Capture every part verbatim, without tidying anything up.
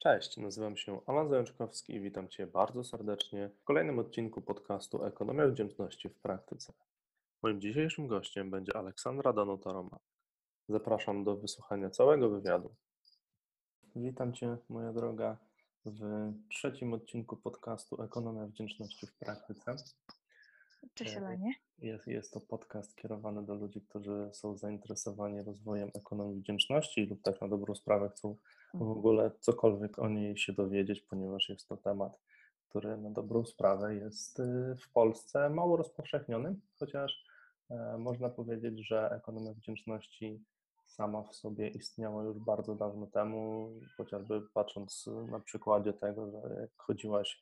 Cześć, nazywam się Alan Zajączkowski i witam Cię bardzo serdecznie w kolejnym odcinku podcastu Ekonomia Wdzięczności w praktyce. Moim dzisiejszym gościem będzie Aleksandra Danuta-Roman. Zapraszam do wysłuchania całego wywiadu. Witam Cię, moja droga, w trzecim odcinku podcastu Ekonomia Wdzięczności w praktyce. Cześć Alanie. Jest, jest to podcast kierowany do ludzi, którzy są zainteresowani rozwojem ekonomii wdzięczności lub tak na dobrą sprawę chcą w ogóle cokolwiek o niej się dowiedzieć, ponieważ jest to temat, który na dobrą sprawę jest w Polsce mało rozpowszechniony, chociaż można powiedzieć, że ekonomia wdzięczności sama w sobie istniała już bardzo dawno temu, chociażby patrząc na przykładzie tego, że jak chodziłaś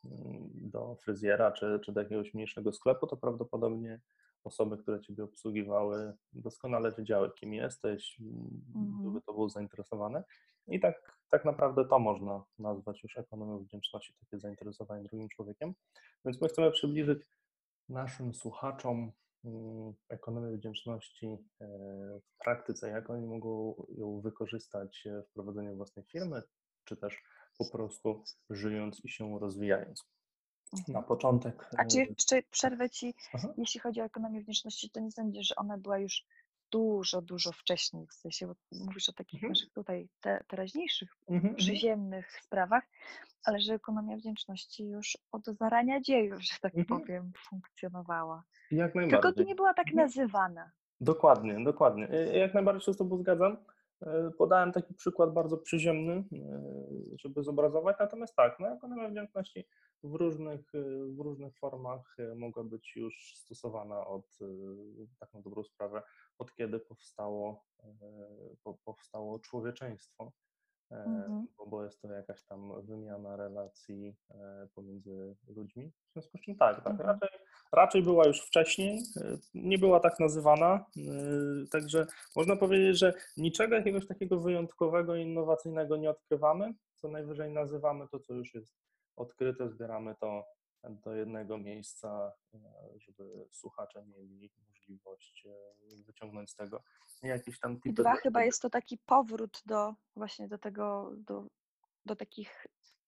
do fryzjera czy, czy do jakiegoś mniejszego sklepu, to prawdopodobnie osoby, które Ciebie obsługiwały, doskonale wiedziały, kim jesteś, Mhm. były Tobą zainteresowane. I tak, tak naprawdę to można nazwać już ekonomią wdzięczności, takie zainteresowanie drugim człowiekiem. Więc my chcemy przybliżyć naszym słuchaczom ekonomię wdzięczności w praktyce, jak oni mogą ją wykorzystać w prowadzeniu własnej firmy, czy też po prostu żyjąc i się rozwijając. Na początek. A czy jeszcze przerwę Ci, Aha. jeśli chodzi o ekonomię wdzięczności, to nie sądzisz, że ona była już dużo, dużo wcześniej, w sensie, bo mówisz o takich Mhm. naszych tutaj te, teraźniejszych, Mhm, mhm. przyziemnych sprawach, ale że ekonomia wdzięczności już od zarania dziejów, że tak Mhm. powiem, funkcjonowała. Jak Tylko tu najbardziej. nie była tak Mhm. nazywana. Dokładnie, dokładnie. Jak najbardziej się z Tobą zgadzam. Podałem taki przykład bardzo przyziemny, żeby zobrazować, natomiast tak, no, ekonomia wdzięczności w różnych, w różnych formach mogła być już stosowana od, tak na dobrą sprawę, od kiedy powstało, powstało człowieczeństwo. Mhm. Bo, bo jest to jakaś tam wymiana relacji pomiędzy ludźmi. W związku z czym tak, tak Mhm. raczej, raczej była już wcześniej, nie była tak nazywana, także można powiedzieć, że niczego jakiegoś takiego wyjątkowego i innowacyjnego nie odkrywamy, co najwyżej nazywamy to, co już jest odkryte, zbieramy to do jednego miejsca, żeby słuchacze mieli możliwość wyciągnąć z tego jakieś tam I tipy dwa, dla chyba siebie. jest to taki powrót do właśnie do tego, do, do takich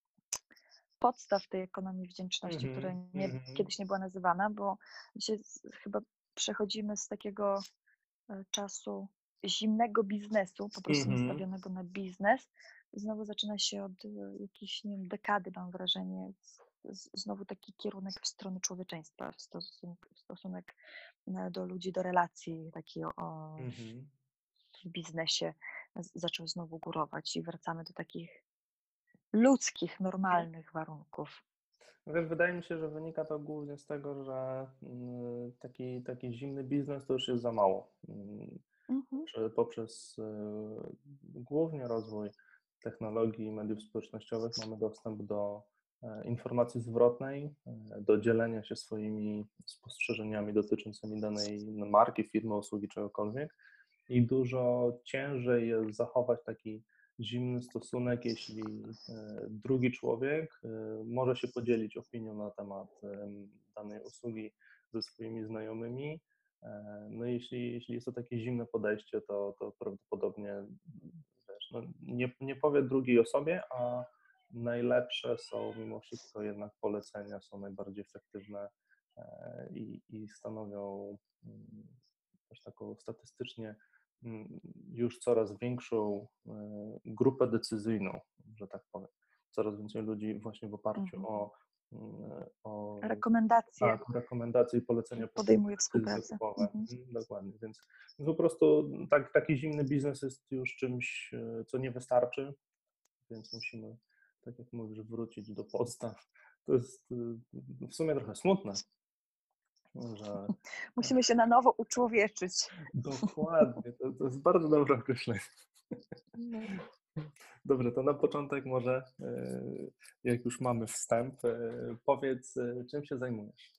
podstaw tej ekonomii wdzięczności, która Mhm, nie, mhm. kiedyś nie była nazywana, bo dzisiaj z, chyba przechodzimy z takiego e, czasu zimnego biznesu, po prostu Mhm. nastawionego na biznes. I znowu zaczyna się od e, jakiejś, nie wiem, dekady, mam wrażenie, z, z, znowu taki kierunek w stronę człowieczeństwa, w stosunek, w stosunek e, do ludzi, do relacji, taki o, o, Mhm. w biznesie z, zaczął znowu górować i wracamy do takich ludzkich, normalnych warunków. Wiesz, wydaje mi się, że wynika to głównie z tego, że mm, taki, taki zimny biznes to już jest za mało. Mm, Mhm. Że poprzez e, głównie rozwój technologii i mediów społecznościowych mamy dostęp do e, informacji zwrotnej, e, do dzielenia się swoimi spostrzeżeniami dotyczącymi danej marki, firmy, usługi, czegokolwiek. I dużo ciężej jest zachować taki zimny stosunek, jeśli e, drugi człowiek e, może się podzielić opinią na temat e, danej usługi ze swoimi znajomymi. E, No jeśli, jeśli jest to takie zimne podejście, to, to prawdopodobnie wiesz, no nie, nie powie drugiej osobie, a najlepsze są mimo wszystko jednak polecenia, są najbardziej efektywne e, i, i stanowią mm, też taką statystycznie mm, już coraz większą e, grupę decyzyjną, że tak powiem. Coraz więcej ludzi właśnie w oparciu Mhm. o, mm, o Rekomendacje, tak, rekomendacje i polecenia podejmują podejmuje decyzje współpracę. zakupowe. Mhm. Mhm, dokładnie, więc po prostu tak, taki zimny biznes jest już czymś, e, co nie wystarczy, więc musimy, tak jak mówisz, wrócić do podstaw. To jest e, w sumie trochę smutne, że Musimy się na nowo uczłowieczyć. dokładnie, to, to jest bardzo dobre określenie. No. Dobrze, to na początek może, e, jak już mamy wstęp, e, powiedz, e, czym się zajmujesz?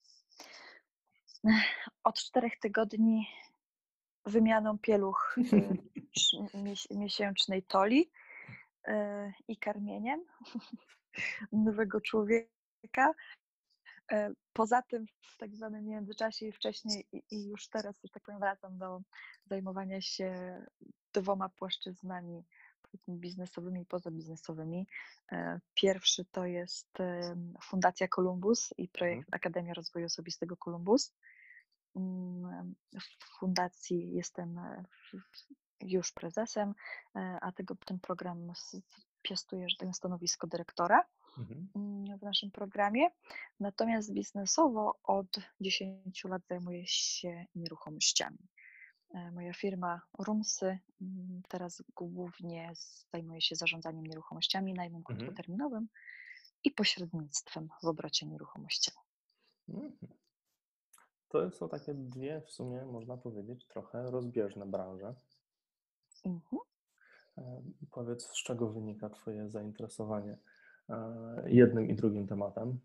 Od czterech tygodni wymianą pieluch y, sz- mies- miesięcznej Toli y, i karmieniem nowego człowieka. E, Poza tym w tak zwanym międzyczasie i wcześniej i, i już teraz, że tak powiem, wracam do zajmowania się dwoma płaszczyznami takimi biznesowymi i pozabiznesowymi. E, Pierwszy to jest em, Fundacja Columbus i Mhm. projekt Akademia Rozwoju Osobistego Columbus. Mm, W fundacji jestem e, w- w- już prezesem, e, a tego, ten program s- piastuje, że tak powiem, stanowisko dyrektora Mhm. mm, w naszym programie. Natomiast biznesowo od dziesięciu lat zajmuję się nieruchomościami. E, Moja firma Rumsy mm, teraz głównie zajmuje się zarządzaniem nieruchomościami, najmem Mhm. krótkoterminowym i pośrednictwem w obrocie nieruchomościami. Mhm. To są takie dwie w sumie, można powiedzieć, trochę rozbieżne branże. Mhm. E, Powiedz, z czego wynika Twoje zainteresowanie e, jednym i drugim tematem?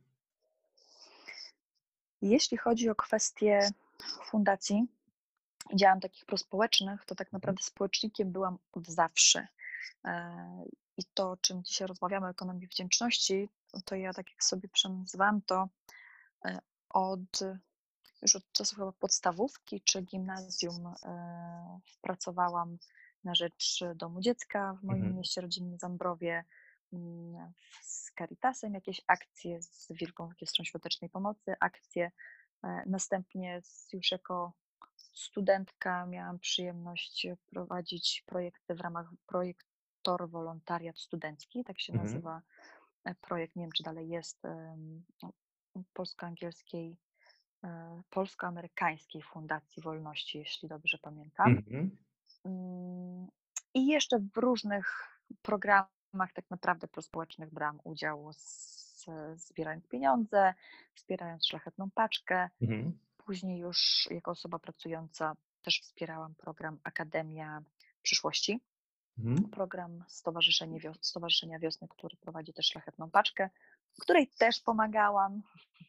Jeśli chodzi o kwestie fundacji, działam takich prospołecznych, to tak Mhm. naprawdę społecznikiem byłam od zawsze. E, I to, o czym dzisiaj rozmawiamy, o ekonomii wdzięczności, to ja tak jak sobie przenazywam to e, od już od czasów chyba podstawówki czy gimnazjum e, pracowałam na rzecz Domu Dziecka w moim Mhm. mieście rodzinnym Zambrowie, mm, z Caritasem jakieś akcje, z Wielką Orkiestrą Świątecznej Pomocy akcje. E, Następnie z- już jako studentka miałam przyjemność prowadzić projekty w ramach projektor wolontariat studencki, tak się Mhm. nazywa e, projekt, nie wiem czy dalej jest, em, no, polsko-angielskiej, e, polsko-amerykańskiej Fundacji Wolności, jeśli dobrze pamiętam. Mhm. Mm, I jeszcze w różnych programach tak naprawdę prospołecznych brałam udział, z, zbierając pieniądze, wspierając Szlachetną Paczkę. Mhm. Później już jako osoba pracująca też wspierałam program Akademia Przyszłości, Mhm. program Stowarzyszenie Wios- Stowarzyszenia Wiosny, który prowadzi też Szlachetną Paczkę, której też pomagałam.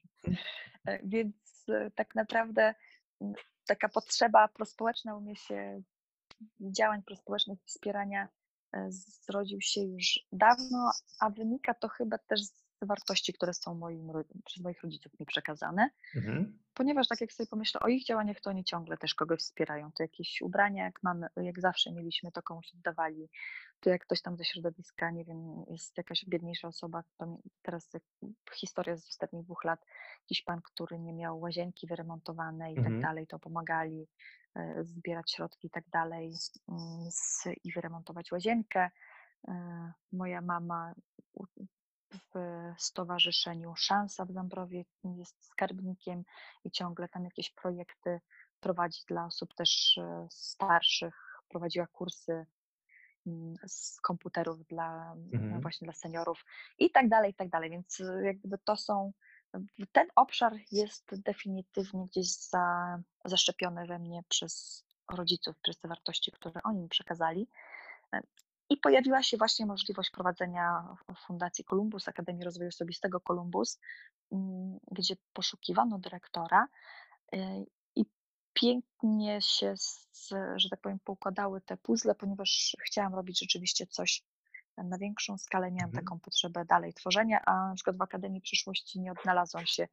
E, Więc e, tak naprawdę m, taka potrzeba prospołeczna u mnie się, działań prospołecznych, wspierania e, zrodził się już dawno, a wynika to chyba też z wartości, które są moim, ro- przez moich rodziców mi przekazane. Mhm. Ponieważ tak jak sobie pomyślę o ich działaniach, to oni ciągle też kogoś wspierają. To jakieś ubrania, jak mamy, jak zawsze mieliśmy, to komuś oddawali. To jak ktoś tam ze środowiska, nie wiem, jest jakaś biedniejsza osoba, pamię- teraz jak historia z ostatnich dwóch lat, jakiś pan, który nie miał łazienki wyremontowane i tak Mhm. dalej, to pomagali e, zbierać środki i tak dalej mm, z, i wyremontować łazienkę. E, Moja mama u- w stowarzyszeniu Szansa w Dąbrowie jest skarbnikiem i ciągle tam jakieś projekty prowadzi dla osób też e, starszych. Prowadziła kursy mm, z komputerów dla mm, Mhm. właśnie dla seniorów i tak dalej, i tak dalej. Więc e, jak gdyby to są, ten obszar jest definitywnie gdzieś za, zaszczepiony we mnie przez rodziców, przez te wartości, które oni mi przekazali. E, I pojawiła się właśnie możliwość prowadzenia w Fundacji Columbus, Akademii Rozwoju Osobistego Columbus, mm, gdzie poszukiwano dyrektora y, i pięknie się, z, że tak powiem, poukładały te puzzle, ponieważ chciałam robić rzeczywiście coś na większą skalę, miałam Mhm. taką potrzebę dalej tworzenia, a na przykład w Akademii Przyszłości nie odnalazłam się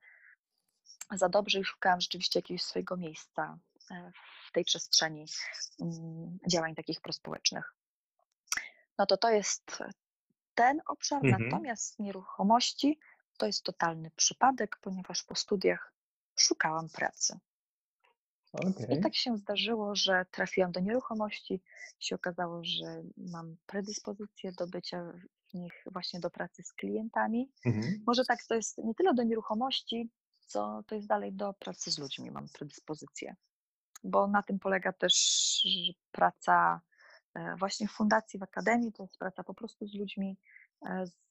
za dobrze i szukałam rzeczywiście jakiegoś swojego miejsca e, w tej przestrzeni mm, działań takich prospołecznych. No to to jest ten obszar, Mhm. natomiast nieruchomości to jest totalny przypadek, ponieważ po studiach szukałam pracy. I Okej. tak się zdarzyło, że trafiłam do nieruchomości. Się okazało, że mam predyspozycję do bycia w nich właśnie do pracy z klientami. Mhm. Może tak, to jest nie tyle do nieruchomości, co to jest dalej do pracy z ludźmi mam predyspozycję, bo na tym polega też że praca e, właśnie w fundacji, w akademii, to jest praca po prostu z ludźmi, e, z,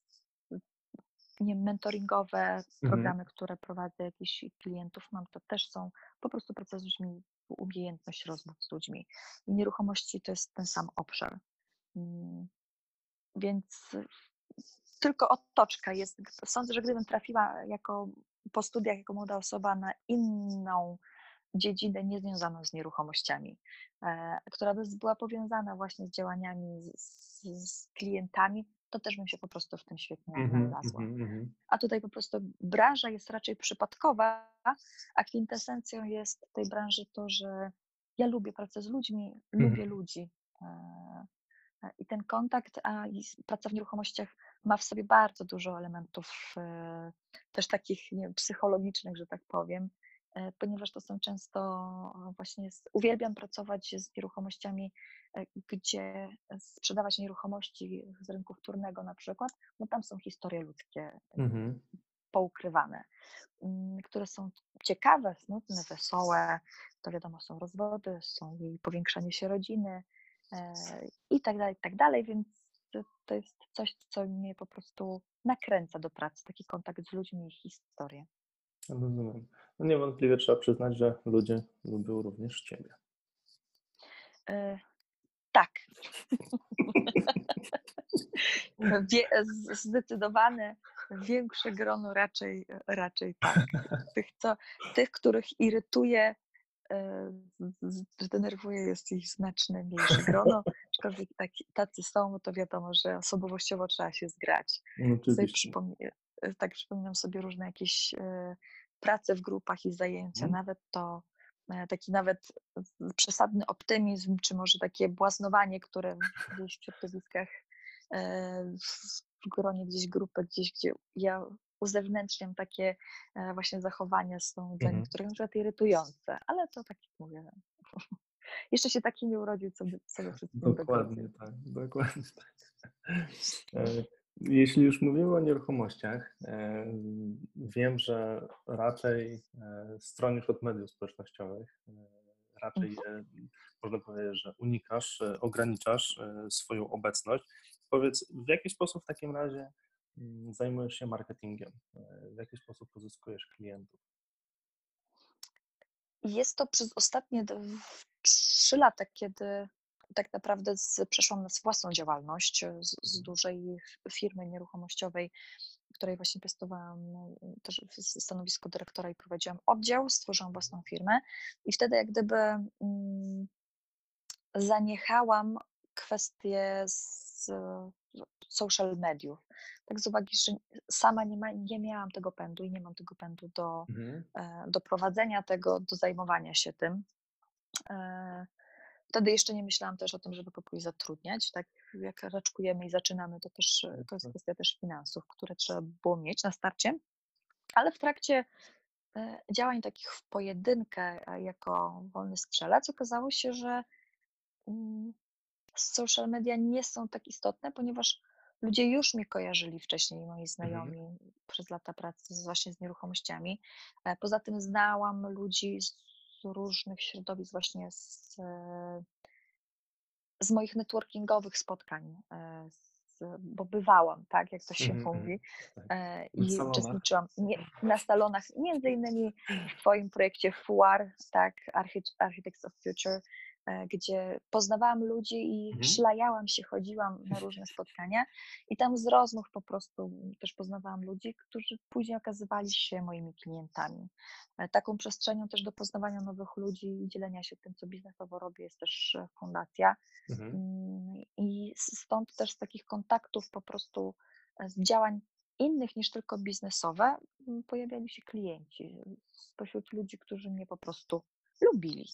nie wiem, mentoringowe Mhm. programy, które prowadzę, jakichś klientów mam, to też są po prostu praca z ludźmi, umiejętność rozmów z ludźmi. I nieruchomości to jest ten sam obszar. Mm, Więc tylko otoczka jest. Sądzę, że gdybym trafiła jako po studiach, jako młoda osoba na inną dziedzinę niezwiązaną z nieruchomościami, e, która by była powiązana właśnie z działaniami z, z, z klientami, to też bym się po prostu w tym świetnie Mhm. odnalazła. Mhm. Mhm. A tutaj po prostu branża jest raczej przypadkowa, a kwintesencją jest tej branży to, że ja lubię pracę z ludźmi, lubię Mhm. ludzi. E, E, I ten kontakt, a i s- praca w nieruchomościach ma w sobie bardzo dużo elementów e, też takich nie wiem, psychologicznych, że tak powiem, e, ponieważ to są często właśnie, z, uwielbiam pracować z nieruchomościami, e, gdzie sprzedawać nieruchomości z rynku wtórnego na przykład, no tam są historie ludzkie Mhm. poukrywane, mm, które są ciekawe, smutne, wesołe. To wiadomo, są rozwody, są jej powiększanie się rodziny e, i tak dalej, i tak dalej, więc to, to jest coś, co mnie po prostu nakręca do pracy, taki kontakt z ludźmi i historie. Rozumiem. No niewątpliwie trzeba przyznać, że ludzie lubią również ciebie. E, tak, wie, z- zdecydowane większe grono raczej, raczej tak. Tych, co, tych, których irytuje, e, z- z- denerwuje, jest ich znacznie mniejsze grono, aczkolwiek taki, tacy są, bo to wiadomo, że osobowościowo trzeba się zgrać. No, Sobie oczywiście. przypomnę, e, tak przypominam sobie różne jakieś e, prace w grupach i zajęcia, Mhm. nawet to e, taki nawet z- przesadny optymizm, czy może takie błaznowanie, które gdzieś w środowiskach, e, w w gronie gdzieś grupy, gdzieś, gdzie ja uzewnętrzniam takie e, właśnie zachowania, są dla Mhm. niektórych na przykład irytujące, ale to tak jak mówię, jeszcze się taki nie urodził, co by sobie wszystkim Dokładnie dogodził. tak, dokładnie tak. E, Jeśli już mówimy o nieruchomościach, e, wiem, że raczej e, stronisz od mediów społecznościowych, e, raczej Mhm. je, można powiedzieć, że unikasz, e, ograniczasz e, swoją obecność. Powiedz, w jaki sposób w takim razie mm, zajmujesz się marketingiem? E, W jaki sposób pozyskujesz klientów? I jest to przez ostatnie dw- trzy lata, kiedy tak naprawdę z, przeszłam na własną działalność e, z, z Mhm. dużej firmy nieruchomościowej, której właśnie piastowałam e, też w- stanowisko dyrektora i prowadziłam oddział, stworzyłam własną firmę i wtedy jak gdyby mm, zaniechałam kwestie z social mediów. Tak z uwagi, że sama nie, ma, nie miałam tego pędu i nie mam tego pędu do, Mhm. e, do prowadzenia tego, do zajmowania się tym. E, Wtedy jeszcze nie myślałam też o tym, żeby kogoś zatrudniać. Tak jak raczkujemy i zaczynamy, to też e, to jest kwestia też finansów, które trzeba było mieć na starcie. Ale w trakcie e, działań takich w pojedynkę, a jako wolny strzelec, okazało się, że mm, social media nie są tak istotne, ponieważ ludzie już mnie kojarzyli wcześniej, moi Mhm. znajomi, przez lata pracy z- właśnie z nieruchomościami. E, Poza tym znałam ludzi z różnych środowisk, właśnie z, e, z moich networkingowych spotkań, e, z, bo bywałam, tak, jak to się Mhm. Mhm. mówi, Tak. e, W i salonach. uczestniczyłam nie, na salonach, między innymi w Twoim projekcie F U A R, tak, Archi- Architects of Future, e, gdzie poznawałam ludzi i Mhm. szlajałam się, chodziłam na różne spotkania i tam z rozmów po prostu też poznawałam ludzi, którzy później okazywali się moimi klientami. E, Taką przestrzenią też do poznawania nowych ludzi i dzielenia się tym, co biznesowo robię, jest też e, fundacja. Mhm. Mm, I s- stąd też z takich kontaktów po prostu e, z działań innych niż tylko biznesowe mm, pojawiali się klienci spośród ludzi, którzy mnie po prostu lubili.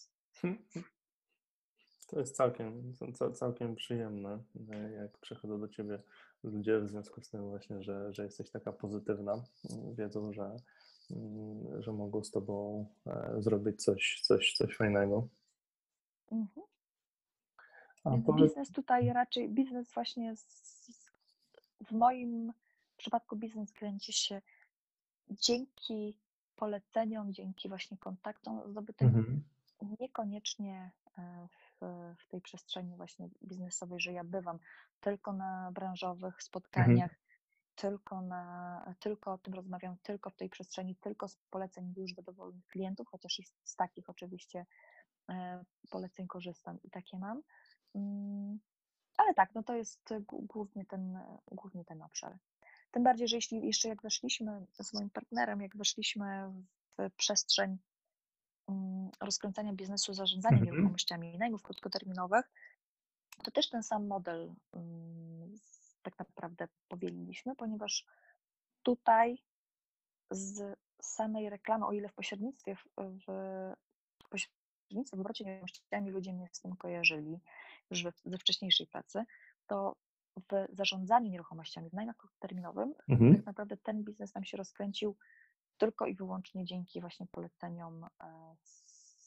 To jest całkiem, cał- całkiem przyjemne, e, jak przychodzą do ciebie ludzie w związku z tym właśnie, że, że jesteś taka pozytywna, mm, wiedzą, że, mm, że mogą z tobą e, zrobić coś, coś, coś fajnego. Mhm. A Więc powiedz, biznes tutaj raczej, biznes właśnie z, w moim przypadku biznes kręci się dzięki poleceniom, dzięki właśnie kontaktom zdobytym mhm, niekoniecznie e, w, w tej przestrzeni właśnie biznesowej, że ja bywam tylko na branżowych mhm, spotkaniach, tylko, na, tylko o tym rozmawiam, tylko w tej przestrzeni, tylko z poleceń już zadowolonych klientów, chociaż i z, z takich oczywiście e, poleceń korzystam i takie mam. Mm, Ale tak, no to jest gó- głównie ten, głównie ten obszar. Tym bardziej, że jeśli jeszcze jak weszliśmy z moim partnerem, jak weszliśmy w przestrzeń mm, rozkręcania biznesu, zarządzania mhm, nieruchomościami i najmów krótkoterminowych, to też ten sam model mm, z- tak naprawdę powieliliśmy, ponieważ tutaj z samej reklamy, o ile w pośrednictwie, w, w w pośrednictwie, w obrocie nieruchomościami ludzie mnie z tym kojarzyli już we, ze wcześniejszej pracy, to w zarządzaniu nieruchomościami, w najmach krótkoterminowym, Mhm. tak naprawdę ten biznes nam się rozkręcił tylko i wyłącznie dzięki właśnie poleceniom e, z,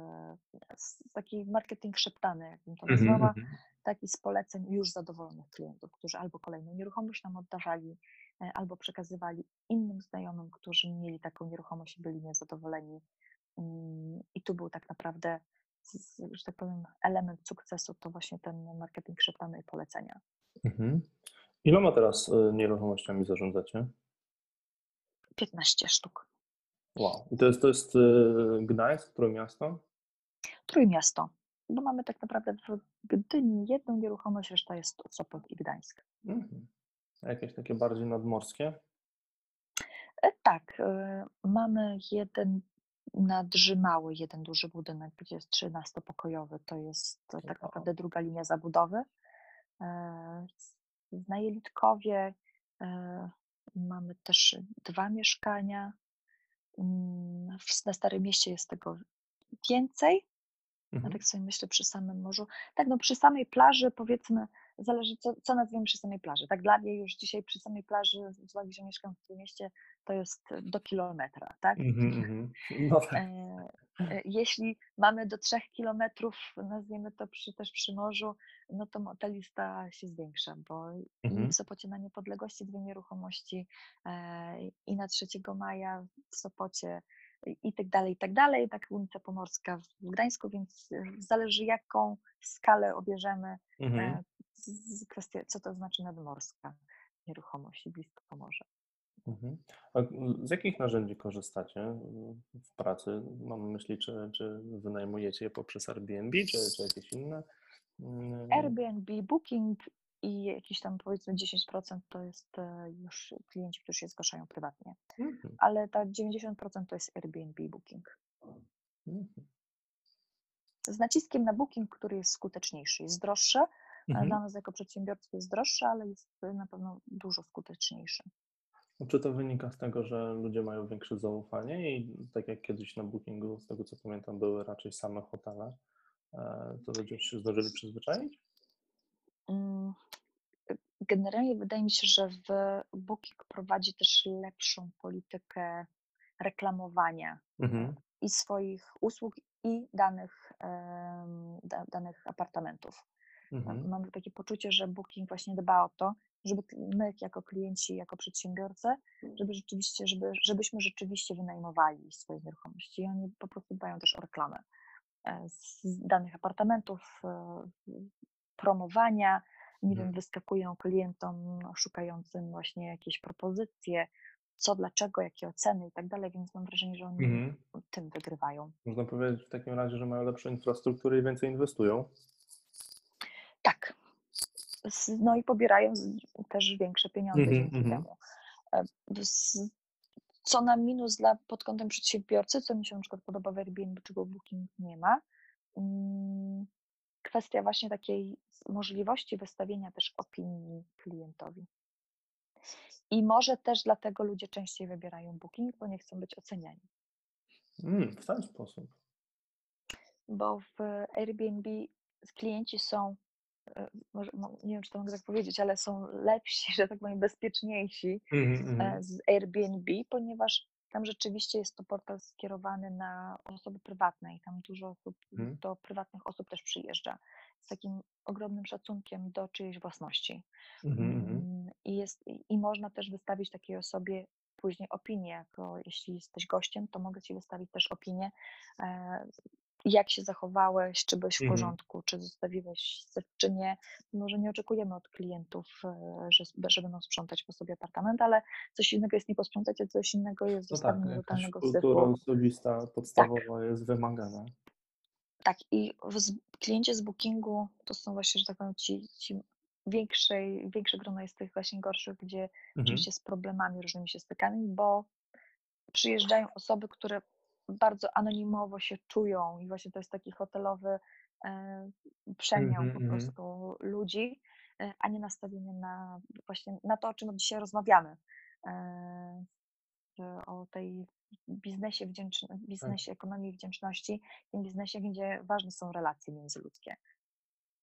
z taki marketing szeptany, jak bym to Mhm, nazwała, mhm. taki z poleceń już zadowolonych klientów, którzy albo kolejną nieruchomość nam oddawali, e, albo przekazywali innym znajomym, którzy mieli taką nieruchomość i byli niezadowoleni. Mm, I tu był tak naprawdę, z- z- że tak powiem, element sukcesu to właśnie ten marketing szeptany i polecenia. Mhm. Iloma teraz y, nieruchomościami zarządzacie? piętnaście sztuk. Wow. I to jest, to jest y, Gdańsk, które miasto? Trójmiasto, bo mamy tak naprawdę w Gdyni jedną nieruchomość, reszta jest Sopot i Gdańsk. Mhm. A jakieś takie bardziej nadmorskie? E, Tak, e, mamy jeden nadrzymały, jeden duży budynek, gdzie jest trzynastopokojowy, to jest e, tak Wow. naprawdę druga linia zabudowy. E, Na Jelitkowie e, mamy też dwa mieszkania. Mm, w- Na Starym Mieście jest tego więcej. Ja Mhm. tak sobie myślę przy samym morzu. Tak, no przy samej plaży powiedzmy, zależy co, co nazwiemy przy samej plaży. Tak dla mnie już dzisiaj przy samej plaży, z uwagi, że mieszkam w tym mieście, to jest do kilometra, tak? Mhm, mhm. No E, tak. e, Jeśli mamy do trzech kilometrów, nazwijmy to przy, też przy morzu, no to mo- ta lista się zwiększa, bo i Mhm. w Sopocie na Niepodległości dwie nieruchomości, e, i na trzeciego maja w Sopocie i i tak dalej, i tak dalej, tak ulica Pomorska w Gdańsku, więc e, zależy jaką skalę obierzemy, Mhm. e, z, z kwestia, co to znaczy nadmorska nieruchomość i blisko morza. Mhm. A z jakich narzędzi korzystacie w pracy? Mam na myśli, czy, czy wynajmujecie je poprzez Airbnb, czy, czy jakieś inne? Mm, Airbnb, Booking i jakieś tam powiedzmy dziesięć procent to jest e, już klienci, którzy się zgłaszają prywatnie, mhm, ale tak dziewięćdziesiąt procent to jest Airbnb, Booking. mhm, Z naciskiem na Booking, który jest skuteczniejszy, jest droższy. e, mhm. Dla nas jako przedsiębiorców jest droższy, ale jest e, na pewno dużo skuteczniejszy. No, czy to wynika z tego, że ludzie mają większe zaufanie i tak jak kiedyś na Bookingu, z tego co pamiętam, były raczej same hotele, e, to ludzie już się zdążyli przyzwyczaić? Mm, Generalnie wydaje mi się, że w Booking prowadzi też lepszą politykę reklamowania e, Mhm, i swoich usług, i danych, em, da, danych apartamentów. mhm, Mam takie poczucie, że Booking właśnie dba o to, żeby my jako klienci, jako przedsiębiorcy, żeby rzeczywiście, żeby, żebyśmy rzeczywiście wynajmowali swoje nieruchomości. I oni po prostu dbają też o reklamę e, z danych apartamentów, e, promowania, nie mhm, wiem, wyskakują klientom szukającym właśnie jakieś propozycje, co, dlaczego, jakie oceny i tak dalej, więc mam wrażenie, że oni mhm. tym wygrywają. Można powiedzieć w takim razie, że mają lepszą infrastrukturę i więcej inwestują. Tak, s- no i pobierają z- też większe pieniądze Mhm, dzięki mhm. temu. E, s- Co na minus dla pod kątem przedsiębiorcy, co mi się na przykład podoba w Airbnb, czego Booking nie ma, mm, kwestia właśnie takiej możliwości wystawienia też opinii klientowi. I może też dlatego ludzie częściej wybierają Booking, bo nie chcą być oceniani. Mm, w ten sposób. Bo w Airbnb klienci są, e, może, mo- nie wiem, czy to mogę tak powiedzieć, ale są lepsi, że tak powiem, bezpieczniejsi Mhm, e, mhm, z Airbnb, ponieważ tam rzeczywiście jest to portal skierowany na osoby prywatne i tam dużo osób, mhm, do prywatnych osób też przyjeżdża z takim ogromnym szacunkiem do czyjejś własności. mhm, mhm. Mm, I, jest, i można też wystawić takiej osobie później opinię, jako jeśli jesteś gościem, to mogę ci wystawić też opinię, e, jak się zachowałeś, czy byłeś w Mhm. porządku, czy zostawiłeś syf, czy nie. Może nie oczekujemy od klientów, e, że, że będą sprzątać po sobie apartament, ale coś innego jest nie posprzątać, a coś innego jest No tak, zostawienie jakaś totalnego kultura syfu. osobista Tak, podstawowa jest wymagana. tak. I w z- klienci z Bookingu to są właśnie, że tak powiem, ci, ci większej, większe grono jest tych właśnie gorszych, gdzie Mhm, oczywiście z problemami różnymi się stykamy, bo przyjeżdżają osoby, które bardzo anonimowo się czują i właśnie to jest taki hotelowy e, przemiał mhm, po mhm. prostu ludzi, e, a nie nastawienie na właśnie na to, o czym dzisiaj rozmawiamy. E, że o tej biznesie wdzięczności, Tak. biznesie ekonomii wdzięczności, tym biznesie, gdzie ważne są relacje międzyludzkie.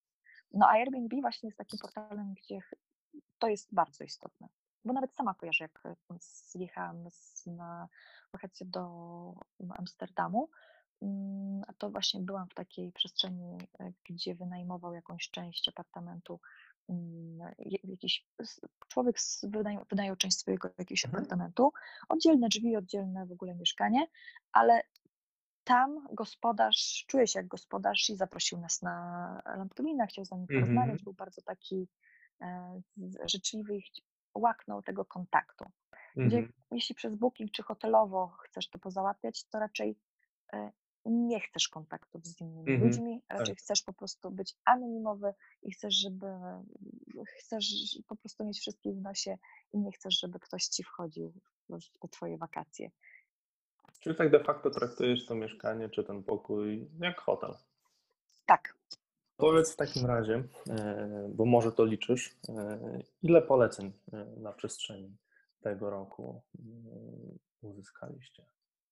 No a Airbnb właśnie jest takim portalem, gdzie ch- to jest bardzo istotne. Bo nawet sama kojarzę, jak e, zjechałam z, na wakacje do Amsterdamu, mm, a to właśnie byłam w takiej przestrzeni, e, gdzie wynajmował jakąś część apartamentu, mm, je- jakiś s- człowiek z- wynajął, wynajął część swojego jakiegoś Mhm. apartamentu, oddzielne drzwi, oddzielne w ogóle mieszkanie, ale tam gospodarz, czuje się jak gospodarz i zaprosił nas na lampkowina, chciał z nami Mhm. porozmawiać, był bardzo taki e, z- życzliwy i chci- łaknął tego kontaktu. Gdzie Mhm. jeśli przez Booking czy hotelowo chcesz to pozałatwiać, to raczej e, nie chcesz kontaktów z innymi Mhm. ludźmi, Tak. raczej chcesz po prostu być anonimowy i chcesz, żeby chcesz po prostu mieć wszystkich w nosie i nie chcesz, żeby ktoś ci wchodził w w te twoje wakacje. Czyli tak de facto traktujesz to mieszkanie czy ten pokój jak hotel. Tak. Powiedz w takim razie, e, bo może to liczysz, e, ile poleceń e, na przestrzeni tego roku mm, uzyskaliście?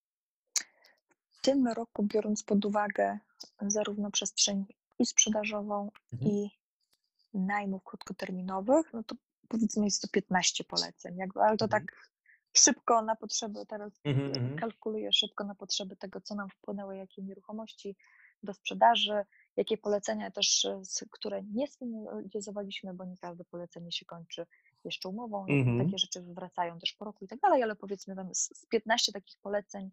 W tym roku, biorąc pod uwagę zarówno przestrzeń i sprzedażową, Mhm. i najmów krótkoterminowych, no to powiedzmy jest to piętnaście poleceń, jakby, ale to Mhm. tak szybko na potrzeby, teraz Mhm. e, Mhm. kalkuluję szybko na potrzeby tego, co nam wpłynęło, jakie nieruchomości do sprzedaży, jakie polecenia też, e, z- które nie sfinalizowaliśmy, bo nie każde polecenie się kończy jeszcze umową, jak Mhm. takie rzeczy wracają też po roku i tak dalej, ale powiedzmy tam z z piętnaście takich poleceń.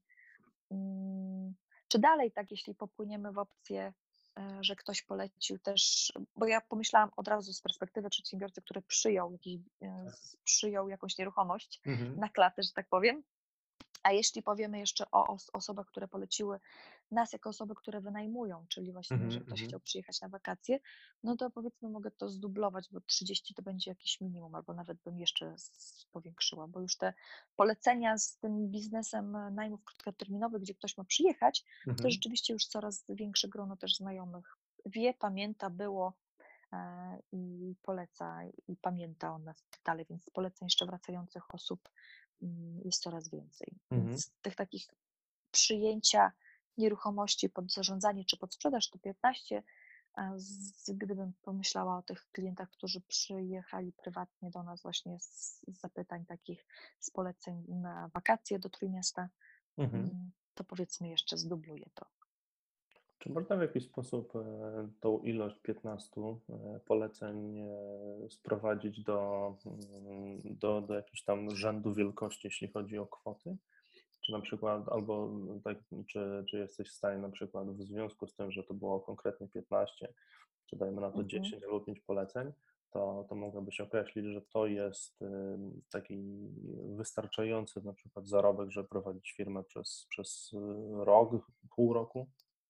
Mm, Czy dalej tak, jeśli popłyniemy w opcję, e, że ktoś polecił też, bo ja pomyślałam od razu z perspektywy przedsiębiorcy, który przyjął, jakiś, e, Tak. s- przyjął jakąś nieruchomość Mhm. na klatę, że tak powiem. A jeśli powiemy jeszcze o os- osobach, które poleciły nas jako osoby, które wynajmują, czyli właśnie, Mhm. że ktoś Mhm. chciał przyjechać na wakacje, no to powiedzmy mogę to zdublować, bo trzydzieści to będzie jakieś minimum, albo nawet bym jeszcze z- powiększyła, bo już te polecenia z tym biznesem e, najmów krótkoterminowych, gdzie ktoś ma przyjechać, to Mhm. rzeczywiście już coraz większe grono też znajomych wie, pamięta, było e, i poleca i pamięta o nas dalej, więc poleceń jeszcze wracających osób mm, jest coraz więcej. Mhm. Więc tych takich przyjęcia nieruchomości pod zarządzanie czy pod sprzedaż to piętnaście. A z, gdybym pomyślała o tych klientach, którzy przyjechali prywatnie do nas właśnie z, z zapytań takich, z poleceń na wakacje do Trójmiasta, Mhm. mm, to powiedzmy jeszcze zdubluję to. Czy można w jakiś sposób e, tą ilość piętnastu e, poleceń e, sprowadzić do, mm, do, do jakiegoś tam rzędu wielkości, jeśli chodzi o kwoty? Czy na przykład, albo tak, czy, czy jesteś w stanie na przykład w związku z tym, że to było konkretnie piętnaście, czy dajmy na to Mhm. dziesięć albo pięć poleceń, to, to mogłabyś określić, że to jest y, taki wystarczający na przykład zarobek, żeby prowadzić firmę przez, przez y, rok, pół roku?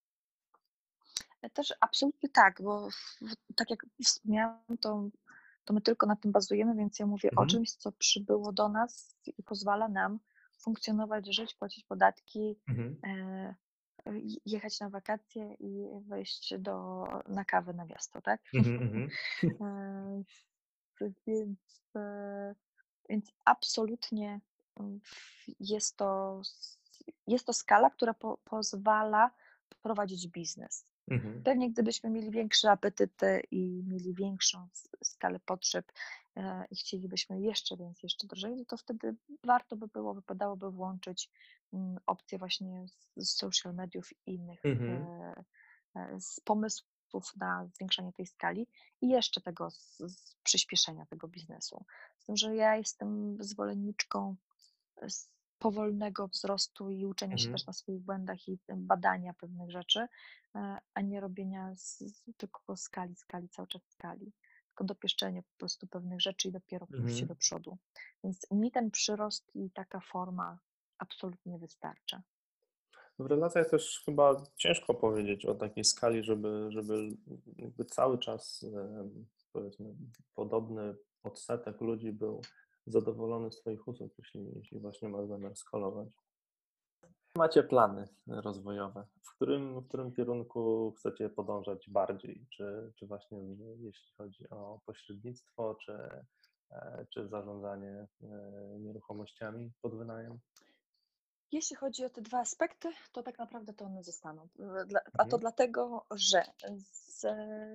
Też absolutnie tak, bo w, tak jak wspomniałam, to, to my tylko na tym bazujemy, więc ja mówię o Mhm. czymś, co przybyło do nas i pozwala nam funkcjonować, żyć, płacić podatki, Mhm. e, jechać na wakacje i wejść do, na kawę na miasto, tak? Mhm. Mhm. E, Więc, e, więc absolutnie mm, jest to, jest to skala, która po, pozwala prowadzić biznes. Mhm. Pewnie gdybyśmy mieli większe apetyty i mieli większą s- skalę potrzeb e, i chcielibyśmy jeszcze więcej, jeszcze drożej, no to wtedy warto by było, wypadałoby włączyć mm, opcje właśnie z, z social mediów i innych Mhm. e, e, z pomysłów na zwiększanie tej skali i jeszcze tego z, z przyspieszenia tego biznesu. Z tym, że ja jestem zwolenniczką z powolnego wzrostu i uczenia się Mhm. też na swoich błędach i badania pewnych rzeczy, e, a nie robienia z, z, tylko skali, skali, cały czas skali, tylko dopieszczenie po prostu pewnych rzeczy i dopiero pójście Mhm. do przodu. Więc mi ten przyrost i taka forma absolutnie wystarcza. W relacjach też chyba ciężko powiedzieć o takiej skali, żeby, żeby jakby cały czas em, powiedzmy podobny odsetek ludzi był zadowolony z Twoich usług, jeśli, jeśli właśnie masz zamiar skalować. Macie plany rozwojowe? W którym, w którym kierunku chcecie podążać bardziej? Czy, czy właśnie jeśli chodzi o pośrednictwo, czy, e, czy zarządzanie e, nieruchomościami pod wynajem? Jeśli chodzi o te dwa aspekty, to tak naprawdę to one zostaną. Dla- A to Mhm. dlatego, że z,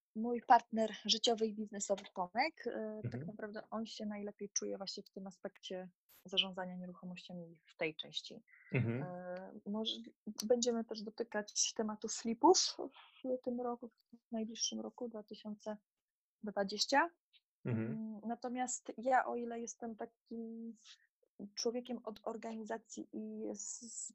mój partner życiowy i biznesowy Tomek, e, tak Mhm. naprawdę on się najlepiej czuje właśnie w tym aspekcie zarządzania nieruchomościami w tej części. Mhm. E, Może będziemy też dotykać tematu flipów w tym roku, w najbliższym roku dwa tysiące dwudziestym. Mhm. Mm, Natomiast ja, o ile jestem takim człowiekiem od organizacji i z,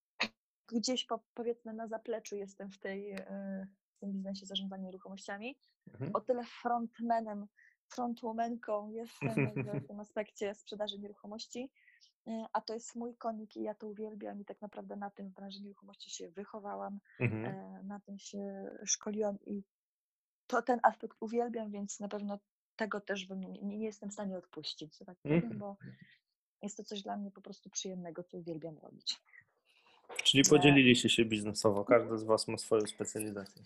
gdzieś po, powiedzmy na zapleczu jestem w, tej, e, w tym biznesie zarządzania nieruchomościami, Mhm. o tyle frontmanem, frontwomanką jestem w tym aspekcie sprzedaży nieruchomości, e, a to jest mój konik i ja to uwielbiam i tak naprawdę na tym w branży nieruchomości się wychowałam, Mhm. e, na tym się szkoliłam i to ten aspekt uwielbiam, więc na pewno tego też bym nie, nie jestem w stanie odpuścić, że tak powiem, Mhm. bo jest to coś dla mnie po prostu przyjemnego, co uwielbiam robić. Czyli E, podzieliliście się biznesowo, mhm. każdy z Was ma swoją specjalizację.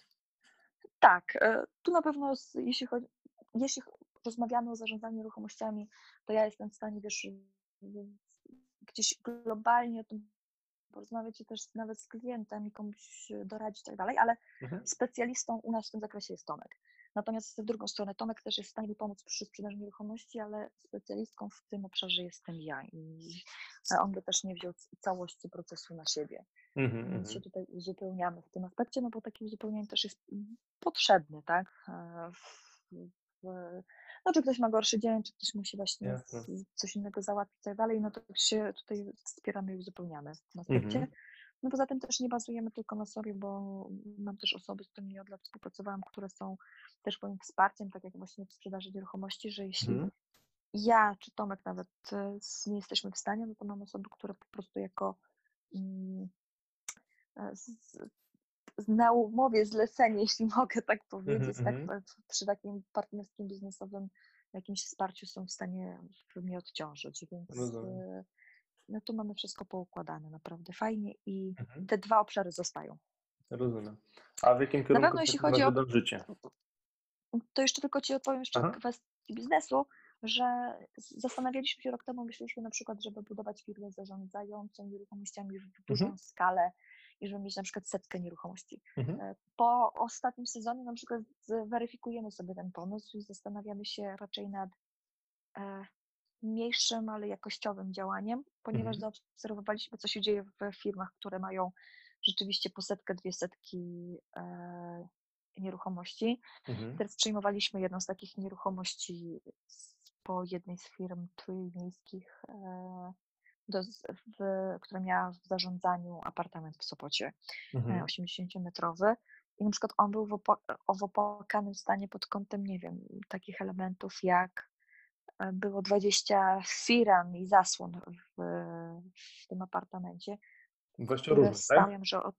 Tak, e, tu na pewno z, jeśli chodzi, jeśli ch- rozmawiamy o zarządzaniu nieruchomościami, to ja jestem w stanie, wiesz, w- gdzieś globalnie o tym porozmawiać i też nawet z klientem i komuś doradzić i tak dalej, ale Mhm. specjalistą u nas w tym zakresie jest Tomek. Natomiast w drugą stronę Tomek też jest w stanie mi pomóc przy sprzedaży nieruchomości, ale specjalistką w tym obszarze jestem ja i on by też nie wziął c- całości procesu na siebie. Mhm. Więc się Mhm. tutaj uzupełniamy w tym aspekcie, no bo takie uzupełnienie też jest potrzebne, tak? E, W, w, no, czy ktoś ma gorszy dzień, czy ktoś musi właśnie Jasne. z, coś innego załatwić i tak dalej, no to się tutaj wspieramy i uzupełniamy w tym aspekcie. Mhm. No poza tym też nie bazujemy tylko na sobie, bo mam też osoby, z którymi od lat współpracowałam, które są też moim wsparciem, tak jak właśnie w sprzedaży nieruchomości, że jeśli Mhm. ja czy Tomek nawet e, z- nie jesteśmy w stanie, no to mam osoby, które po prostu jako mm, e, z, z- na umowie zlecenie, jeśli mogę tak Mhm. powiedzieć, tak, Mhm. w- przy takim partnerskim biznesowym jakimś wsparciu są w stanie mnie odciążyć, więc Rozumiem. e, no tu mamy wszystko poukładane naprawdę fajnie i Mhm. te dwa obszary zostają. Rozumiem. A w jakim Na kierunku pewno w jeśli takim chodzi razie o, dążycie? to jeszcze tylko Ci odpowiem jeszcze w Aha. kwestii biznesu, że z- zastanawialiśmy się rok temu, myśleliśmy na przykład, żeby budować firmę zarządzającą nieruchomościami w Mhm. dużą skalę i żeby mieć na przykład setkę nieruchomości. Mhm. E, Po ostatnim sezonie na przykład weryfikujemy sobie ten pomysł i zastanawiamy się raczej nad e, mniejszym, ale jakościowym działaniem, ponieważ Mhm. zaobserwowaliśmy, co się dzieje w firmach, które mają rzeczywiście po setkę, dwie setki e, nieruchomości. Mhm. Teraz przejmowaliśmy jedną z takich nieruchomości z, po jednej z firm trójmiejskich, e, do, z- w, która miała w zarządzaniu apartament w Sopocie, e, Mhm. osiemdziesięciometrowy. I na przykład on był w, opo- w opłakanym stanie pod kątem, nie wiem, takich elementów jak e, było dwadzieścia firan i zasłon w, w tym apartamencie, dwadzieścia które różnych, tak? stawiam, że od,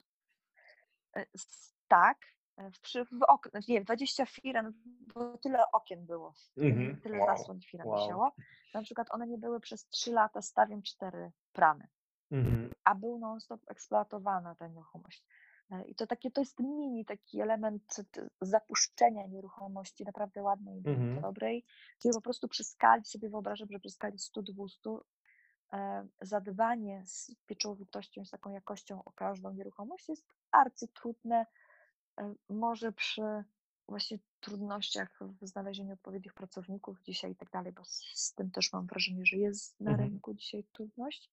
e, s- tak, e, w, przy- w ok, znaczy nie, dwadzieścia firan, bo tyle okien było, tyle, Mhm. tyle Wow. zasłon i firan Wow. wisiało. Na przykład one nie były przez trzy lata, stawiam cztery pramy, Mhm. a był non-stop eksploatowana ta nieruchomość. E, I to takie, to jest mini taki element t- zapuszczenia nieruchomości, naprawdę ładnej i Mhm. dobrej, gdzie po prostu przy skali, sobie wyobrażam, że przy skali stu dwustu e, zadbanie z pieczołowitością, z taką jakością o każdą nieruchomość jest arcytrudne, e, może przy właśnie trudnościach w znalezieniu odpowiednich pracowników dzisiaj i tak dalej, bo z, z tym też mam wrażenie, że jest na Mhm. rynku dzisiaj trudność.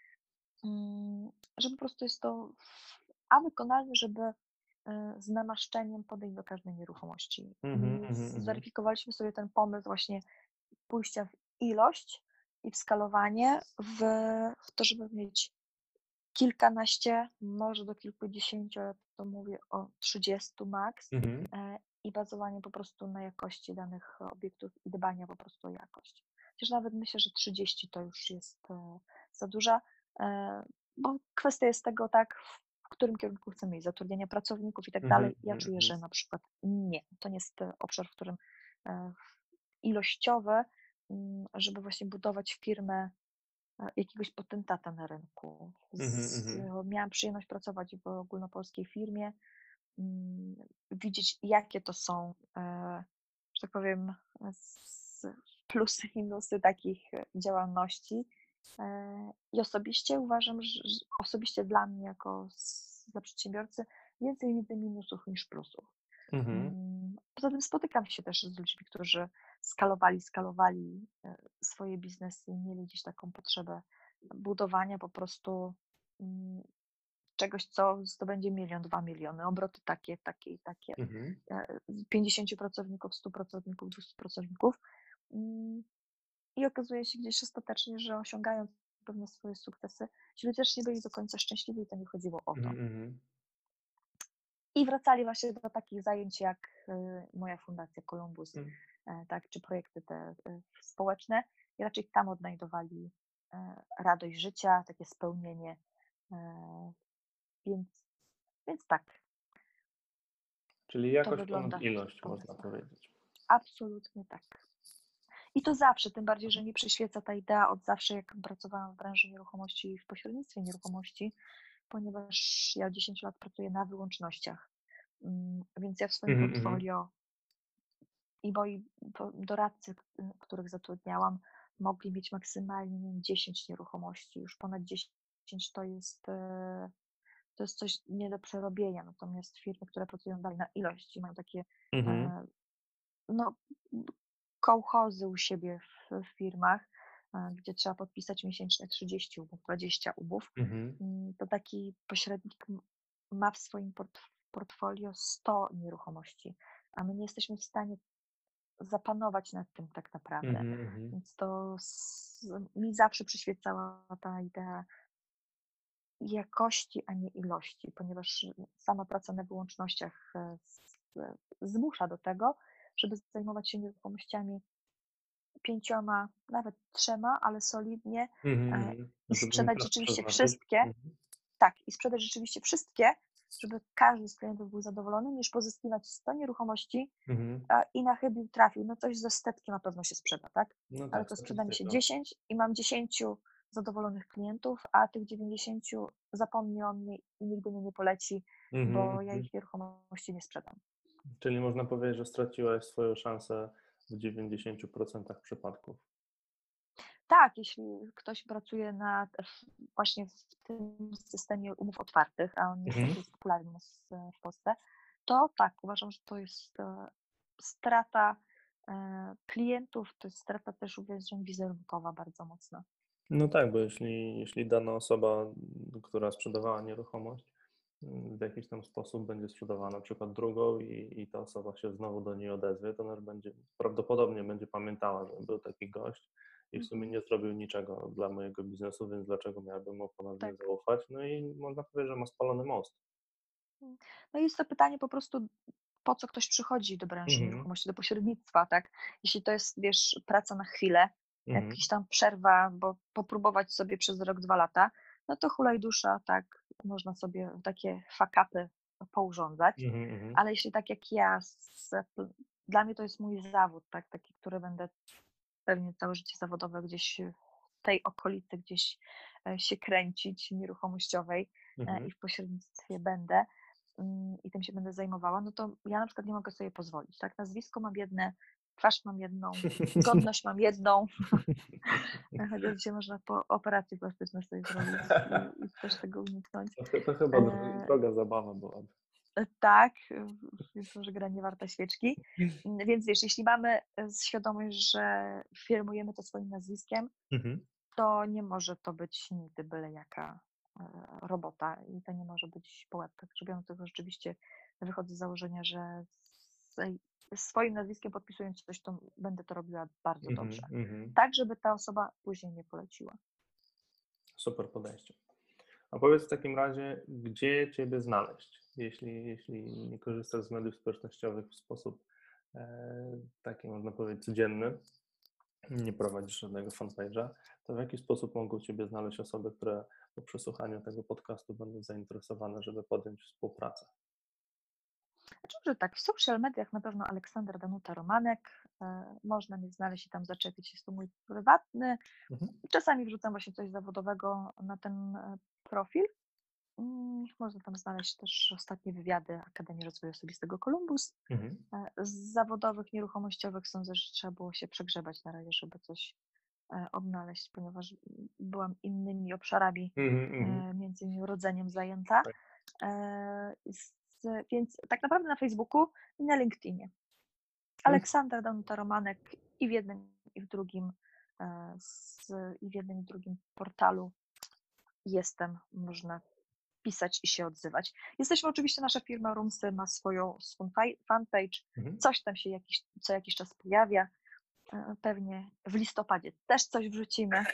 Mm, że po prostu jest to a wykonalne, żeby e, z namaszczeniem podejść do każdej nieruchomości. Mhm. I Mhm. Mhm. zweryfikowaliśmy sobie ten pomysł właśnie pójścia w ilość i w skalowanie, w, w to, żeby mieć kilkanaście, może do kilkudziesięciu, ale to mówię o trzydziestu max, Mhm. e, i bazowanie po prostu na jakości danych obiektów i dbania po prostu o jakość. Chociaż nawet myślę, że trzydzieści to już jest e, za dużo, e, bo kwestia jest tego, tak, w którym kierunku chcemy iść, zatrudnienia pracowników i tak Mhm. dalej. Ja czuję, Mhm. że na przykład nie, to nie jest e, obszar, w którym e, ilościowy, mm, żeby właśnie budować firmę e, jakiegoś potentata na rynku. Mhm. Z, Mhm. miałam przyjemność pracować w ogólnopolskiej firmie, mm, widzieć jakie to są, e, że tak powiem, z- plusy i minusy takich e, działalności. E, I osobiście uważam, że że osobiście dla mnie jako s- dla przedsiębiorcy więcej widzę minusów niż plusów. Mhm. Mm, Poza tym spotykam się też z ludźmi, którzy skalowali, skalowali e, swoje biznesy i mieli gdzieś taką potrzebę budowania po prostu mm, czegoś, co zdobędzie milion, dwa miliony, obroty takie, takie i takie, Mhm. e, z pięćdziesięciu pracowników, stu pracowników, dwustu pracowników. Mm, I okazuje się gdzieś ostatecznie, że osiągając pewne swoje sukcesy, ci ludzie też nie byli do końca szczęśliwi i to nie chodziło o to. Mhm. Mhm. I wracali właśnie do takich zajęć jak y, moja fundacja Columbus, Mhm. e, tak, czy projekty te y, społeczne i raczej tam odnajdowali e, radość życia, takie spełnienie. E, Więc, więc tak, Czyli to jakość ponad wygląda w ilość, można pomysłach. powiedzieć. Absolutnie tak. I to zawsze, tym bardziej, że mi przyświeca ta idea od zawsze, jak pracowałam w branży nieruchomości i w pośrednictwie nieruchomości, ponieważ ja od dziesięciu lat pracuję na wyłącznościach. Mm, Więc ja w swoim Mhm. Mhm. portfolio i moi po- doradcy, k- których zatrudniałam, mogli mieć maksymalnie nie wiem, dziesięć nieruchomości. Już ponad dziesięć to jest, e, to jest coś nie do przerobienia. Natomiast firmy, które pracują dalej na ilość i mają takie Mhm. e, no, kołchozy u siebie w, w firmach, e, gdzie trzeba podpisać miesięcznie trzydzieści umów, dwadzieścia umów, Mhm. mm, to taki pośrednik m- ma w swoim port, portfolio sto nieruchomości, a my nie jesteśmy w stanie zapanować nad tym tak naprawdę. Mhm. Mhm. Więc to s- mi zawsze przyświecała ta idea jakości, a nie ilości, ponieważ sama praca na wyłącznościach e, s- e, zmusza do tego, żeby zajmować się nieruchomościami pięcioma, nawet trzema, ale solidnie Mhm. e, Mhm. i Żeby im sprzedać czas rzeczywiście przeznaczyć. wszystkie, Mhm. tak, i sprzedać rzeczywiście wszystkie, żeby każdy z klientów był zadowolony, niż pozyskiwać sto nieruchomości Mhm. a, i na chybił trafił. No coś ze setki na pewno się sprzeda, tak? No Ale tak, to sprzeda mi się statystyka. dziesięć i mam dziesięć zadowolonych klientów, a tych dziewięćdziesiąt zapomni o mnie i nigdy mnie nie poleci, Mhm. bo ja Mhm. ich nieruchomości nie sprzedam. Czyli można powiedzieć, że straciłaś swoją szansę w dziewięćdziesięciu procentach przypadków. Tak, jeśli ktoś pracuje na w- właśnie w tym systemie umów otwartych, a on Mhm. niestety jest popularny u nas e, w Polsce, to tak, uważam, że to jest e, strata e, klientów, to jest strata też uwierzeń wizerunkowa bardzo mocna. No tak, bo jeśli, jeśli dana osoba, m, która sprzedawała nieruchomość, m, w jakiś tam sposób będzie sprzedawała na przykład drugą i, i ta osoba się znowu do niej odezwie, to też będzie, prawdopodobnie będzie pamiętała, że był taki gość i w sumie Mhm, nie zrobił niczego dla mojego biznesu, więc dlaczego miałbym mu ponownie tak. zaufać? No i można powiedzieć, że ma spalony most. Mm. No i jest to pytanie po prostu, po co ktoś przychodzi do branży Mhm. nieruchomości, do pośrednictwa, tak? Jeśli to jest, wiesz, praca na chwilę, Mhm. jakaś tam przerwa, bo popróbować sobie przez rok, dwa lata, no to hulaj dusza, tak, można sobie takie fuck-upy pourządzać, Mhm. Mhm. ale jeśli tak jak ja, z, dla mnie to jest mój zawód, tak, taki, który będę pewnie całe życie zawodowe gdzieś w tej okolicy gdzieś e, się kręcić nieruchomościowej e, Mhm. i w pośrednictwie będę mm, i tym się będę zajmowała, no to ja na przykład nie mogę sobie pozwolić, tak? Nazwisko mam jedne, twarz mam jedną, godność mam jedną, chociaż dzisiaj można po operacji plastycznej sobie zrobić i, i też tego uniknąć. To, chy- to chyba dro- E, droga zabawa byłaby. E, Tak, e, jest może gra nie warta świeczki. Mm, Więc wiesz, jeśli mamy e, świadomość, że firmujemy to swoim nazwiskiem, Mhm. to nie może to być nigdy byle jaka e, robota i to nie może być po łebkach zrobione, tylko rzeczywiście wychodzę z założenia, że z swoim nazwiskiem podpisując coś, to będę to robiła bardzo Mhm. dobrze. Mhm. Tak, żeby ta osoba później nie poleciła. Super podejście. A powiedz w takim razie, gdzie Ciebie znaleźć, jeśli, jeśli nie korzystasz z mediów społecznościowych w sposób e, taki, można powiedzieć, codzienny, nie prowadzisz żadnego fanpage'a, to w jaki sposób mogą Ciebie znaleźć osoby, które po przesłuchaniu tego podcastu będą zainteresowane, żeby podjąć współpracę? Znaczy, że tak, w social mediach na pewno Aleksander Danuta Romanek, e, można mnie znaleźć i tam zaczepić, jest to mój prywatny. Mhm. Czasami wrzucam właśnie coś zawodowego na ten e, profil. Mm, Można tam znaleźć też ostatnie wywiady Akademii Rozwoju Osobistego Columbus. Mhm. E, Z zawodowych, nieruchomościowych sądzę, że trzeba było się przegrzebać na razie, żeby coś e, odnaleźć, ponieważ byłam innymi obszarami, Mhm. Mhm. e, między innymi rodzeniem zajęta. Tak. E, z- Więc tak naprawdę na Facebooku i na LinkedInie. Aleksandra Danuta Romanek i w jednym, i w drugim, z, i w jednym, i w drugim portalu jestem, można pisać i się odzywać. Jesteśmy oczywiście, nasza firma Roomsy ma swoją, swój fanpage, Mhm. coś tam się jakiś, co jakiś czas pojawia. Pewnie w listopadzie też coś wrzucimy.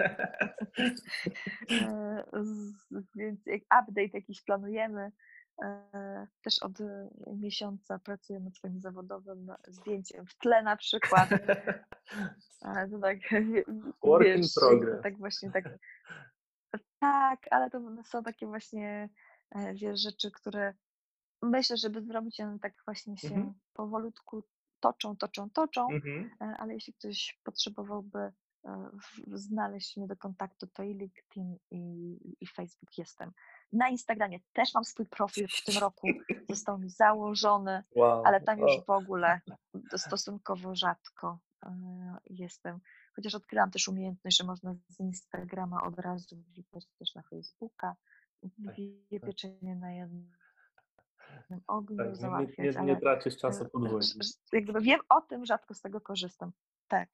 Więc update jakiś planujemy. Też od miesiąca pracuję nad swoim zawodowym zdjęciem w tle na przykład. To tak, Work wiesz, in progress. tak właśnie tak. Tak, ale to są takie właśnie, wiesz, rzeczy, które myślę, żeby zrobić, one tak właśnie się Mhm. powolutku toczą, toczą, toczą, Mhm. ale jeśli ktoś potrzebowałby znaleźć mnie do kontaktu, to i LinkedIn, i, i Facebook jestem. Na Instagramie też mam swój profil w tym roku, został mi założony, Wow. ale tam już O. w ogóle stosunkowo rzadko jestem. Chociaż odkryłam też umiejętność, że można z Instagrama od razu wrzucać też na Facebooka, dwie pieczenie na jednym ogniu Tak, nie, nie, załatwiać, nie, nie ale tracisz czasu podwójnie. jakby wiem o tym, rzadko z tego korzystam. Tak.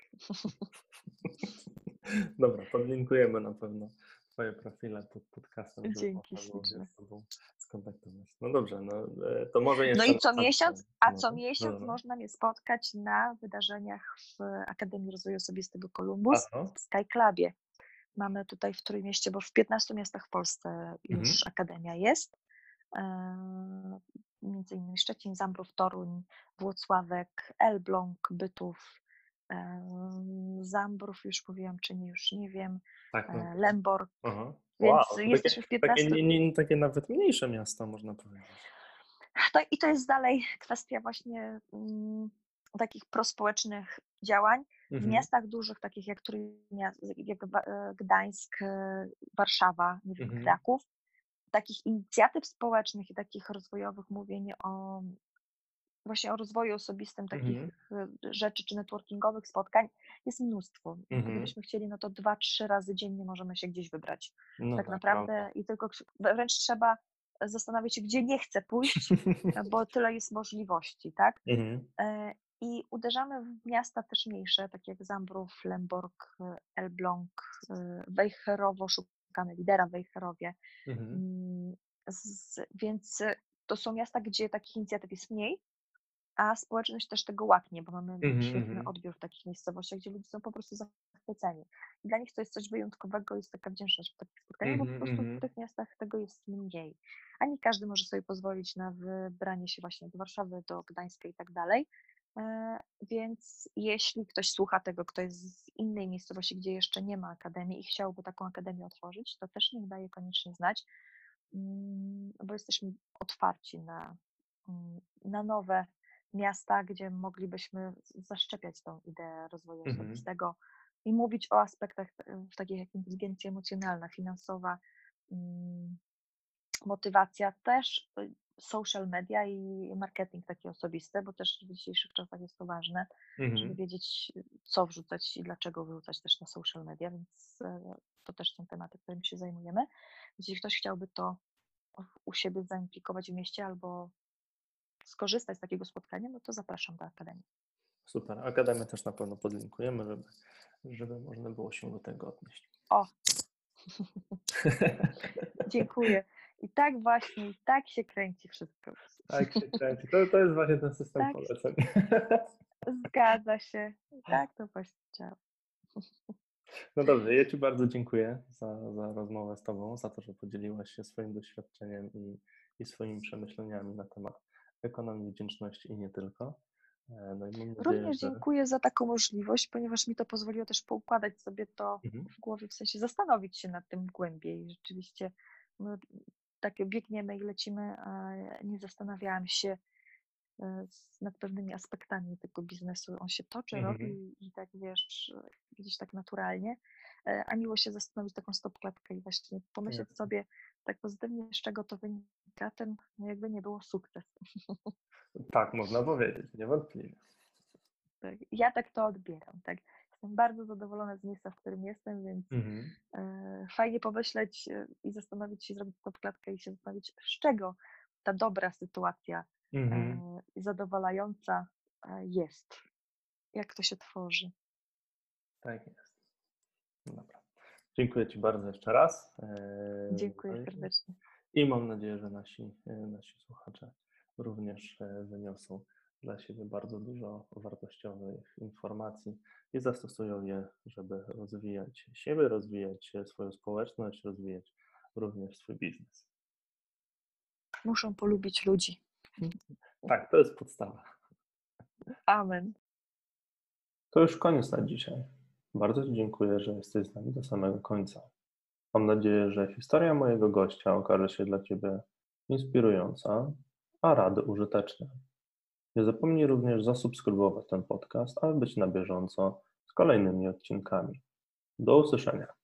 Dobra, podlinkujemy na pewno Twoje profile pod podcastem, żeby Dzięki można było się śliczne. z Tobą skontaktować. No dobrze, no to może No jeszcze i na co sam miesiąc, koniec. a No, co no, miesiąc no. można mnie spotkać na wydarzeniach w Akademii Rozwoju Osobistego Columbus Aha. w Sky Clubie. Mamy tutaj w Trójmieście, bo w piętnastu miastach w Polsce już Mhm. Akademia jest. Między innymi Szczecin, Zambrów, Toruń, Włocławek, Elbląg, Bytów, Zambrów, już mówiłam, czy nie, już nie wiem, Tak, no. Lęborg, Aha. więc Wow, to jesteśmy takie, w takie, piętnastu. nie, nie, takie nawet mniejsze miasta, można powiedzieć. To, I to jest dalej kwestia właśnie mm, takich prospołecznych działań. W Mhm. miastach dużych, takich jak, Trójmia- jak Gdańsk, Warszawa, nie wiem, Mhm. Kraków, takich inicjatyw społecznych i takich rozwojowych, mówienie o właśnie o rozwoju osobistym, takich Mhm. rzeczy czy networkingowych spotkań jest mnóstwo. Mhm. Gdybyśmy chcieli, no to dwa, trzy razy dziennie możemy się gdzieś wybrać. No Tak tak, naprawdę prawda. i tylko wręcz trzeba zastanowić się, gdzie nie chcę pójść, bo tyle jest możliwości, tak? Mhm. I uderzamy w miasta też mniejsze, takie jak Zambrów, Lęborg, Elbląg, Wejherowo, szukamy lidera w Wejherowie. Mhm. Z, więc to są miasta, gdzie takich inicjatyw jest mniej, a społeczność też tego łaknie, bo mamy Mhm. świetny Mhm. odbiór w takich miejscowościach, gdzie ludzie są po prostu zachwyceni. I dla nich to jest coś wyjątkowego, jest taka wdzięczność w takich spotkaniach, bo po Mhm. prostu w Mhm. tych miastach tego jest mniej. A nie każdy może sobie pozwolić na wybranie się właśnie do Warszawy, do Gdańska i tak dalej. Więc jeśli ktoś słucha tego, kto jest z innej miejscowości, gdzie jeszcze nie ma akademii i chciałby taką akademię otworzyć, to też niech daje koniecznie znać, bo jesteśmy otwarci na, na nowe miasta, gdzie moglibyśmy zaszczepiać tą ideę rozwoju Mhm. osobistego i mówić o aspektach takich jak inteligencja emocjonalna, finansowa, motywacja, też social media i marketing taki osobisty, bo też w dzisiejszych czasach jest to ważne, Mhm. żeby wiedzieć, co wrzucać i dlaczego wrzucać też na social media, więc to też są tematy, którymi się zajmujemy. Jeśli ktoś chciałby to u siebie zaimplikować w mieście albo skorzystać z takiego spotkania, no to zapraszam do Akademii. Super. Akademię też na pewno podlinkujemy, żeby, żeby można było się do tego odnieść. O! Dziękuję. I tak właśnie, i tak się kręci wszystko. Tak się kręci. To, to jest właśnie ten system Tak, poleceń. zgadza się. Tak to właśnie działa. No dobrze, ja Ci bardzo dziękuję za, za rozmowę z Tobą, za to, że podzieliłaś się swoim doświadczeniem i, i swoimi przemyśleniami na temat ekonomii wdzięczności i nie tylko. No i mam nadzieję, Również że... dziękuję za taką możliwość, ponieważ mi to pozwoliło też poukładać sobie to Mhm. w głowie, w sensie zastanowić się nad tym głębiej. Rzeczywiście no, tak biegniemy i lecimy, a nie zastanawiałam się nad pewnymi aspektami tego biznesu. On się toczy, Mhm. robi i tak wiesz, gdzieś tak naturalnie, a miło się zastanowić taką stopklatkę i właśnie pomyśleć sobie tak pozytywnie, z czego to wynika, ten no jakby nie było sukces. Tak, można powiedzieć, niewątpliwie. Tak, ja tak to odbieram, tak. Jestem bardzo zadowolona z miejsca, w którym jestem, więc Mhm. fajnie pomyśleć i zastanowić się, zrobić stopklatkę i się zastanowić, z czego ta dobra sytuacja, Mhm. zadowalająca e, jest, jak to się tworzy. Tak jest. Dobra. Dziękuję Ci bardzo jeszcze raz. E, Dziękuję no i- serdecznie. I mam nadzieję, że nasi, e, nasi słuchacze również e, wyniosą dla siebie bardzo dużo wartościowych informacji i zastosują je, żeby rozwijać siebie, rozwijać swoją społeczność, rozwijać również swój biznes. Muszą polubić ludzi. Tak, to jest podstawa. Amen. To już koniec na dzisiaj. Bardzo Ci dziękuję, że jesteś z nami do samego końca. Mam nadzieję, że historia mojego gościa okaże się dla Ciebie inspirująca, a rady użyteczne. Nie zapomnij również zasubskrybować ten podcast, aby być na bieżąco z kolejnymi odcinkami. Do usłyszenia.